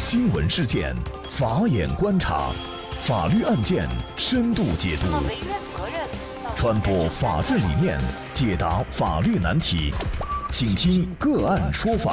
新闻事件，法眼观察，法律案件深度解读，传播法治理念，解答法律难题，请听个案说法。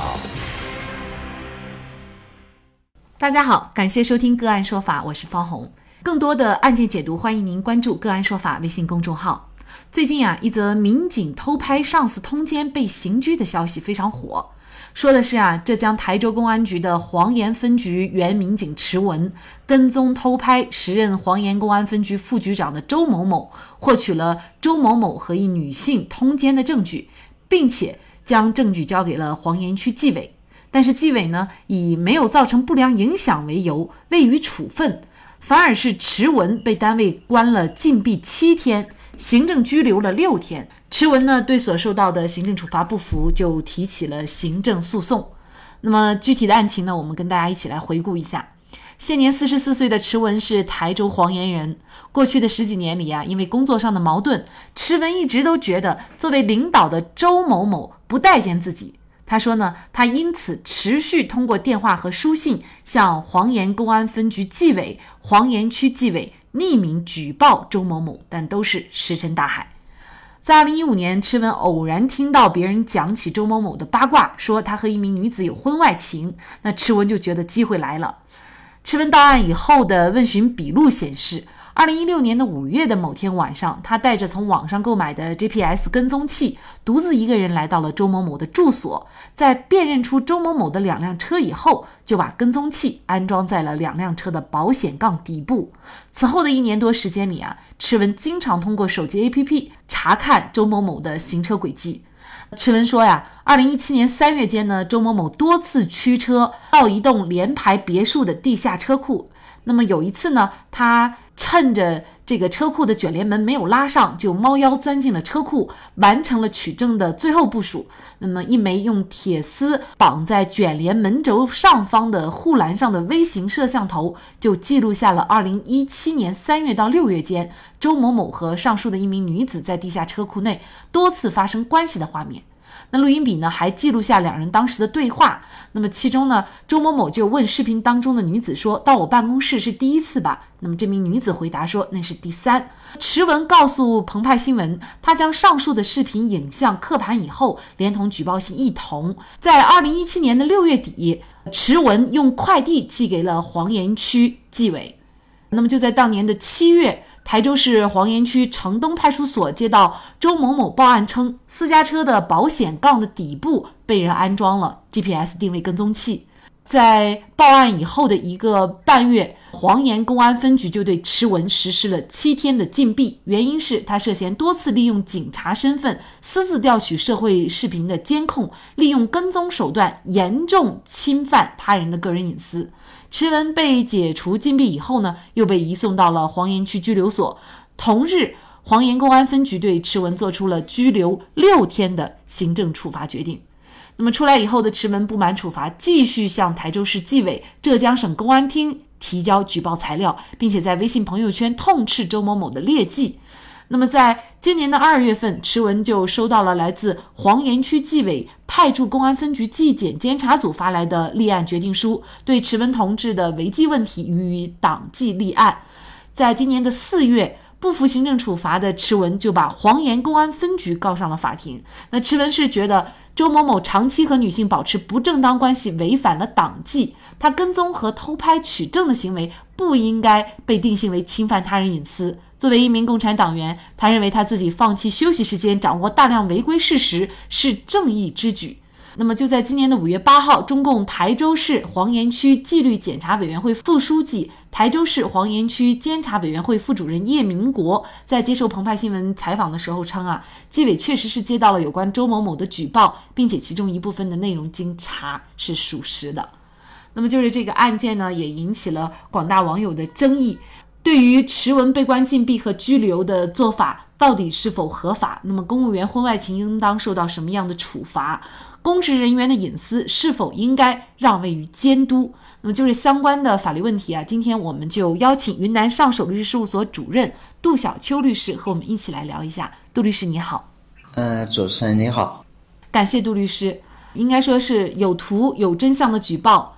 大家好，感谢收听个案说法，我是方红。更多的案件解读，欢迎您关注个案说法微信公众号。最近一则民警偷拍上司通奸被刑拘的消息非常火。说的是浙江台州公安局的黄岩分局原民警池文跟踪偷拍时任黄岩公安分局副局长的周某某，获取了周某某和一女性通奸的证据，并且将证据交给了黄岩区纪委。但是纪委呢，以没有造成不良影响为由未予处分，反而是池文被单位关了禁闭7天，行政拘留了6天。池文呢对所受到的行政处罚不服，就提起了行政诉讼。那么具体的案情呢，我们跟大家一起来回顾一下。现年44岁的池文是台州黄岩人。过去的10几年里因为工作上的矛盾，池文一直都觉得作为领导的周某某不待见自己。他说呢，他因此持续通过电话和书信向黄岩公安分局纪委、黄岩区纪委匿名举报周某某，但都是石沉大海。在2015年，池文偶然听到别人讲起周某某的八卦，说他和一名女子有婚外情，那池文就觉得机会来了。池文到案以后的问询笔录显示，2016年5月的某天晚上，他带着从网上购买的 GPS 跟踪器，独自一个人来到了周某某的住所，在辨认出周某某的2辆车以后，就把跟踪器安装在了2辆车的保险杠底部。此后的1年多时间里池文经常通过手机 APP 查看周某某的行车轨迹。池文说2017年3月间呢，周某某多次驱车到一栋联排别墅的地下车库。那么有一次呢，他趁着这个车库的卷帘门没有拉上，就猫腰钻进了车库，完成了取证的最后部署。那么一枚用铁丝绑在卷帘门轴上方的护栏上的微型摄像头，就记录下了2017年3月到6月间周某某和上述的一名女子在地下车库内多次发生关系的画面。那录音笔呢，还记录下2人当时的对话。那么其中呢，周某某就问视频当中的女子说，到我办公室是第1次吧？那么这名女子回答说，那是第3。池文告诉澎湃新闻，他将上述的视频影像刻盘以后，连同举报信一同，在2017年的6月底，池文用快递寄给了黄岩区纪委。那么就在当年的7月，台州市黄岩区城东派出所接到周某某报案称，私家车的保险杠的底部被人安装了 GPS 定位跟踪器。在报案以后的1个半月，黄岩公安分局就对池文实施了7天的禁闭，原因是他涉嫌多次利用警察身份私自调取社会视频的监控，利用跟踪手段严重侵犯他人的个人隐私。池文被解除禁闭以后呢，又被移送到了黄岩区拘留所。同日，黄岩公安分局对池文做出了拘留6天的行政处罚决定。那么出来以后的池文不满处罚，继续向台州市纪委、浙江省公安厅提交举报材料，并且在微信朋友圈痛斥周某某的劣迹。那么在今年的2月份，池文就收到了来自黄岩区纪委派驻公安分局纪检监察组发来的立案决定书，对池文同志的违纪问题予以党纪立案。在今年的4月，不服行政处罚的池文就把黄岩公安分局告上了法庭。那池文是觉得周某某长期和女性保持不正当关系，违反了党纪，他跟踪和偷拍取证的行为不应该被定性为侵犯他人隐私。作为一名共产党员，他认为他自己放弃休息时间，掌握大量违规事实是正义之举。那么就在今年的5月8号，中共台州市黄岩区纪律检查委员会副书记、台州市黄岩区监察委员会副主任叶民国在接受澎湃新闻采访的时候称纪委确实是接到了有关周某某的举报，并且其中一部分的内容经查是属实的。那么就是这个案件呢，也引起了广大网友的争议。对于池文被关禁闭和拘留的做法到底是否合法？那么公务员婚外情应当受到什么样的处罚？公职人员的隐私是否应该让位于监督？那么就是相关的法律问题今天我们就邀请云南上首律师事务所主任杜小秋律师和我们一起来聊一下。杜律师你好。 主持人你好。 感谢杜律师。应该说是有图有真相的举报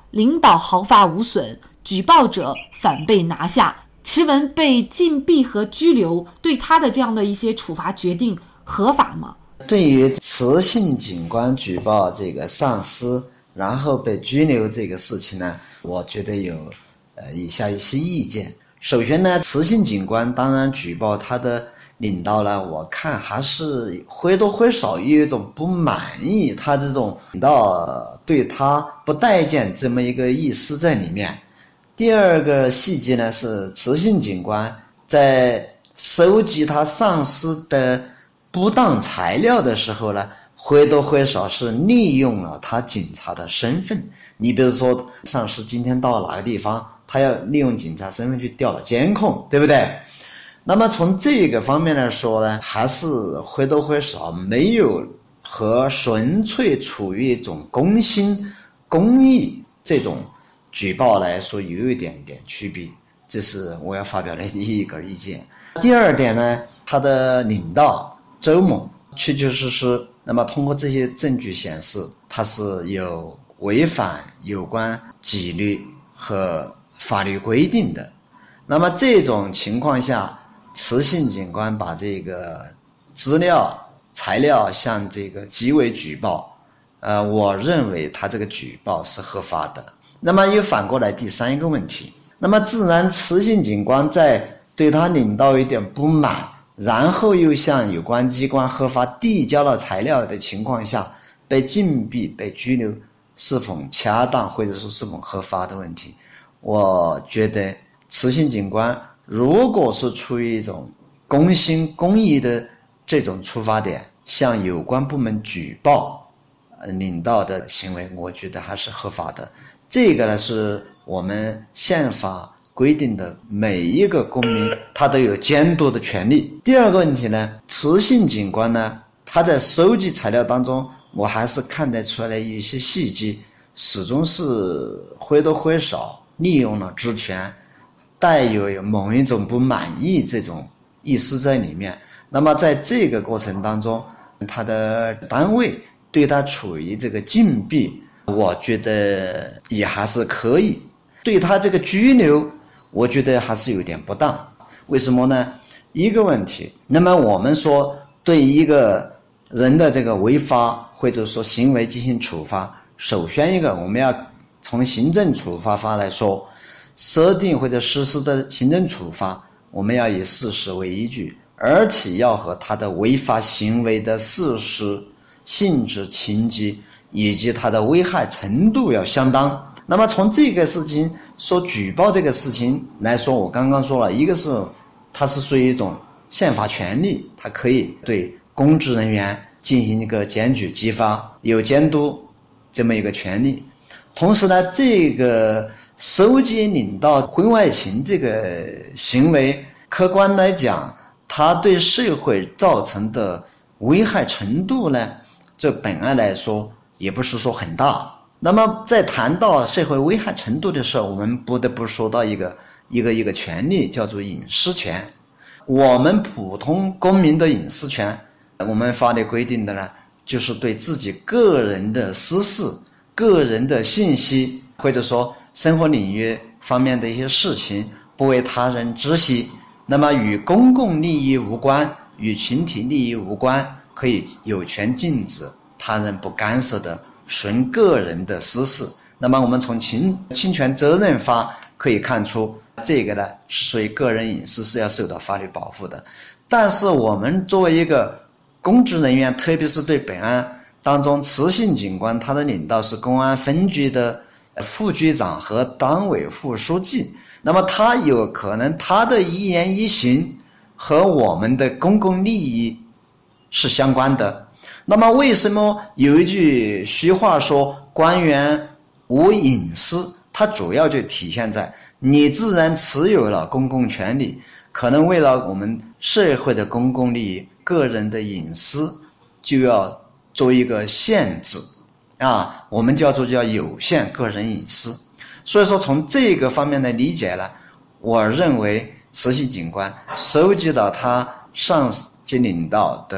领导毫发无损，举报者反被拿下，持文被禁闭和拘留，对他的这样的一些处罚决定合法吗？ 对于雌性警官举报这个上司然后被拘留这个事情呢，我觉得有以下一些意见。首先呢，雌性警官当然举报他的领导呢，我看还是或多或少有一种不满意他这种领导对他不待见这么一个意思在里面。第二个细节呢，是雌性警官在收集他上司的不当材料的时候呢，或多或少是利用了他警察的身份。你比如说上司今天到哪个地方，他要利用警察身份去调了监控，对不对？那么从这个方面来说呢，还是或多或少没有和纯粹处于一种公心公益这种举报来说有一点点区别，这是我要发表的第一个意见。第二点呢，他的领导周某确确实实，那么通过这些证据显示，他是有违反有关纪律和法律规定的。那么这种情况下，雌性警官把这个资料材料向这个纪委举报，我认为他这个举报是合法的。那么又反过来第三一个问题，那么自然雌性警官在对他领导有点不满，然后又向有关机关合法递交了材料的情况下被禁闭被拘留，是否恰当或者说是否合法的问题，我觉得雌性警官如果是出于一种公心公益的这种出发点向有关部门举报领导的行为，我觉得还是合法的。这个呢是我们宪法规定的每一个公民他都有监督的权利。第二个问题呢，雌性警官呢，他在收集材料当中，我还是看得出来有一些细节始终是或多或少利用了职权，带有某一种不满意这种意思在里面。那么在这个过程当中，他的单位对他处于这个禁闭，我觉得也还是可以。对他这个拘留，我觉得还是有点不当。为什么呢？一个问题，那么我们说对一个人的这个违法或者说行为进行处罚，首先一个我们要从行政处罚法来说，设定或者实施的行政处罚，我们要以事实为依据，而且要和他的违法行为的事实、性质、情节以及他的危害程度要相当。那么从这个事情说举报这个事情来说，我刚刚说了，一个是它是属于一种宪法权利，它可以对公职人员进行一个检举激发，有监督这么一个权利。同时呢，这个收集领导婚外情这个行为，客观来讲，它对社会造成的危害程度呢，这本案来说也不是说很大。那么在谈到社会危害程度的时候，我们不得不说到一个权利，叫做隐私权。我们普通公民的隐私权，我们法律规定的呢，就是对自己个人的私事、个人的信息，或者说生活领域方面的一些事情，不为他人知悉，那么与公共利益无关，与群体利益无关，可以有权禁止他人不干涉的纯个人的私事。那么我们从侵权责任法可以看出，这个呢是属于个人隐私，是要受到法律保护的。但是我们作为一个公职人员，特别是对本案当中雌性警官，他的领导是公安分局的副局长和党委副书记，那么他有可能他的一言一行和我们的公共利益是相关的。那么为什么有一句虚话说官员无隐私，它主要就体现在你自然持有了公共权利，可能为了我们社会的公共利益，个人的隐私就要做一个限制啊，我们叫有限个人隐私。所以说从这个方面的理解呢，我认为雌性警官收集到他上级领导的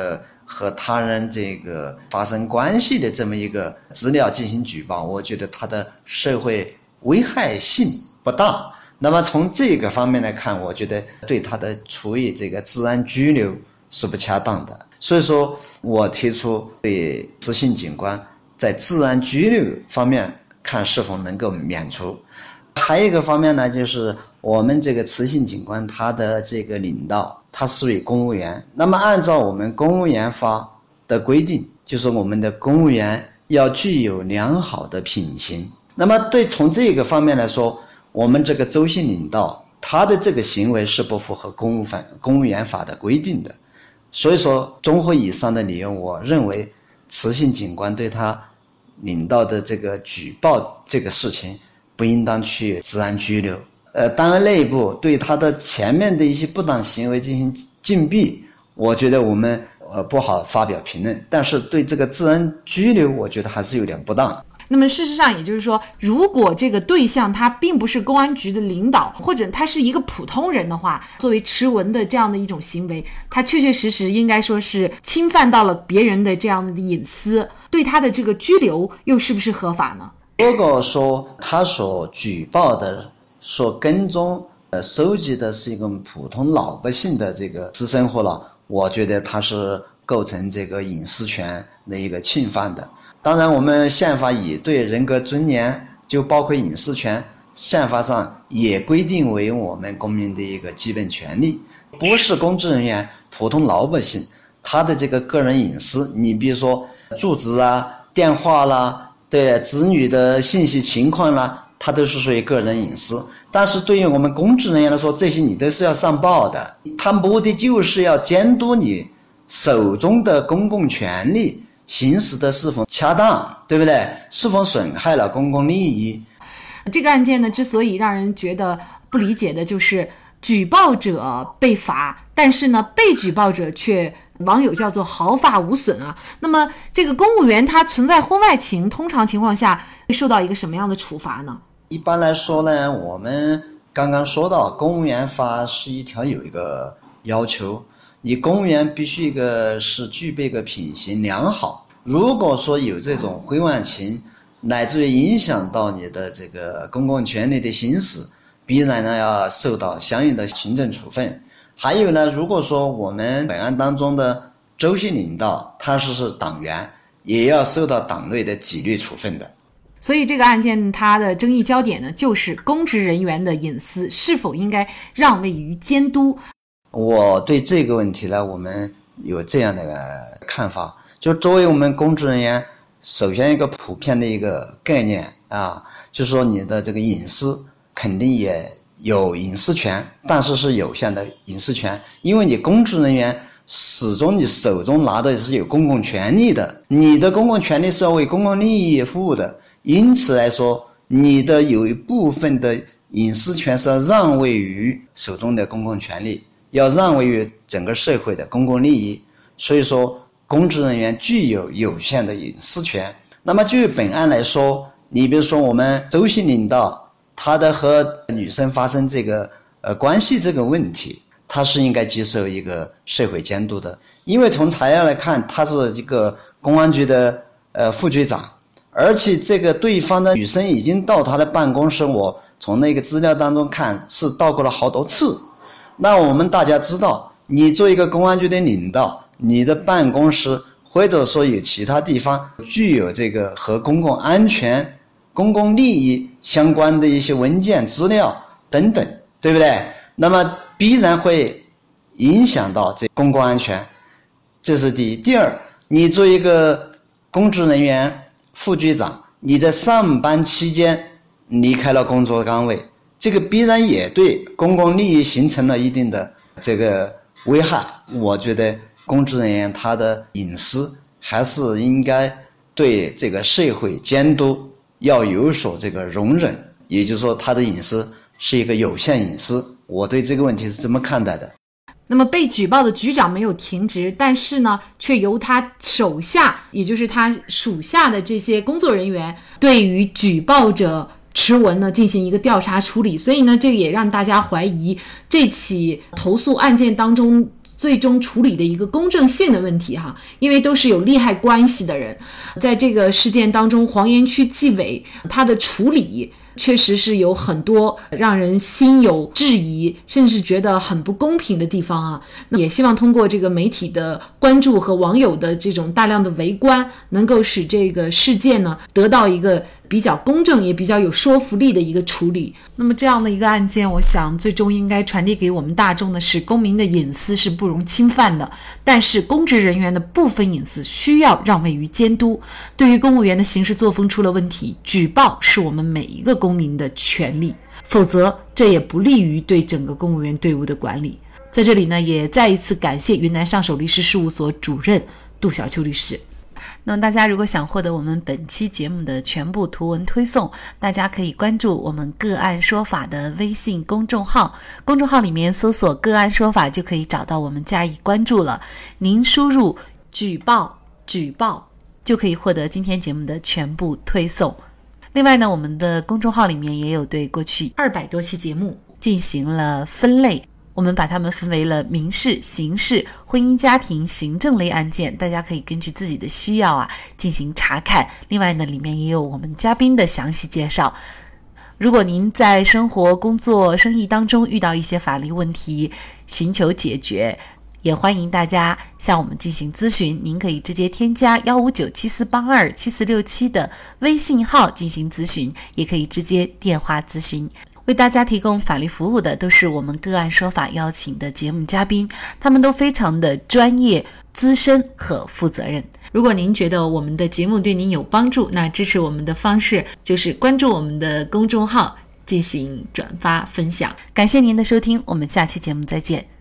和他人这个发生关系的这么一个资料进行举报，我觉得它的社会危害性不大。那么从这个方面来看，我觉得对他的处以这个治安拘留是不恰当的。所以说我提出对执行警官在治安拘留方面看是否能够免除。还有一个方面呢，就是我们这个执行警官他的这个领导他属于公务员，那么按照我们公务员法的规定，就是我们的公务员要具有良好的品行。那么从这个方面来说，我们这个州信领导他的这个行为是不符合公务员法的规定的。所以说综合以上的理由，我认为执行警官对他领导的这个举报这个事情不应当去治安拘留。当然内部对他的前面的一些不当行为进行禁闭，我觉得我们不好发表评论，但是对这个治安拘留我觉得还是有点不当。 那么事实上也就是说，如果这个对象他并不是公安局的领导，或者他是一个普通人的话，作为持文的这样的一种行为，他确确实实应该说是侵犯到了别人的这样的隐私，对他的这个拘留又是不是合法呢？ 如果说他所举报的所跟踪收集的是一个普通老百姓的这个私生活了，我觉得他是构成这个隐私权的一个侵犯的。当然我们宪法也对人格尊严就包括隐私权，宪法上也规定为我们公民的一个基本权利。不是公职人员，普通老百姓他的这个个人隐私，你比如说住址啊、电话啦，对子女的信息情况啦，它都是属于个人隐私。但是对于我们公职人员来说，这些你都是要上报的，他目的就是要监督你手中的公共权利行使的是否恰当，对不对？是否损害了公共利益。 这个案件呢，之所以让人觉得不理解的就是举报者被罚，但是呢被举报者却网友叫做毫发无损啊。那么这个公务员他存在婚外情，通常情况下会受到一个什么样的处罚呢？ 一般来说呢，我们刚刚说到公务员法是有一个要求，你公务员必须是具备一个品行良好。如果说有这种婚外情，乃至于影响到你的这个公共权利的行使，必然呢要受到相应的行政处分。还有呢，如果说我们本案当中的州信领导他是党员，也要受到党内的纪律处分的。 所以这个案件它的争议焦点呢，就是公职人员的隐私是否应该让位于监督。 我对这个问题呢，我们有这样的看法，就作为我们公职人员，首先一个普遍的一个概念啊，就是说你的这个隐私肯定也有隐私权，但是是有限的隐私权，因为你公职人员始终你手中拿的是有公共权利的，你的公共权利是要为公共利益服务的，因此来说你的有一部分的隐私权是要让位于手中的公共权利，要让位于整个社会的公共利益。所以说公职人员具有有限的隐私权。那么就本案来说，你比如说我们州信领导他的和女生发生这个关系这个问题，他是应该接受一个社会监督的。因为从材料来看，他是一个公安局的副局长，而且这个对方的女生已经到他的办公室，我从那个资料当中看是到过了好多次。那我们大家知道，你做一个公安局的领导，你的办公室或者说有其他地方具有这个和公共安全、公共利益相关的一些文件资料等等，对不对？那么必然会影响到这公共安全，这是第一。第二，你做一个公职人员副局长，你在上班期间离开了工作岗位，这个必然也对公共利益形成了一定的这个危害。我觉得公职人员他的隐私还是应该对这个社会监督要有所这个容忍，也就是说他的隐私是一个有限隐私，我对这个问题是这么看待的。 那么被举报的局长没有停职，但是呢却由他手下，也就是他属下的这些工作人员对于举报者持文呢进行一个调查处理。所以呢这也让大家怀疑这起投诉案件当中最终处理的一个公正性的问题哈，因为都是有利害关系的人。在这个事件当中，黄岩区纪委它的处理确实是有很多让人心有质疑，甚至觉得很不公平的地方啊。那也希望通过这个媒体的关注和网友的这种大量的围观，能够使这个事件呢得到一个比较公正也比较有说服力的一个处理。那么这样的一个案件，我想最终应该传递给我们大众的是，公民的隐私是不容侵犯的，但是公职人员的部分隐私需要让位于监督。对于公务员的行事作风出了问题，举报是我们每一个公民的权利，否则这也不利于对整个公务员队伍的管理。在这里呢，也再一次感谢云南上首律师事务所主任杜小秋律师。那么大家如果想获得我们本期节目的全部图文推送，大家可以关注我们个案说法的微信公众号，公众号里面搜索个案说法就可以找到我们加以关注了。您输入举报就可以获得今天节目的全部推送。另外呢，我们的公众号里面也有对过去200多期节目进行了分类，我们把它们分为了民事、刑事、婚姻家庭、行政类案件，大家可以根据自己的需要进行查看。另外呢，里面也有我们嘉宾的详细介绍。如果您在生活、工作、生意当中遇到一些法律问题，寻求解决，也欢迎大家向我们进行咨询。您可以直接添加15974827467的微信号进行咨询，也可以直接电话咨询。为大家提供法律服务的都是我们个案说法邀请的节目嘉宾，他们都非常的专业、资深和负责任。如果您觉得我们的节目对您有帮助，那支持我们的方式就是关注我们的公众号进行转发分享。感谢您的收听，我们下期节目再见。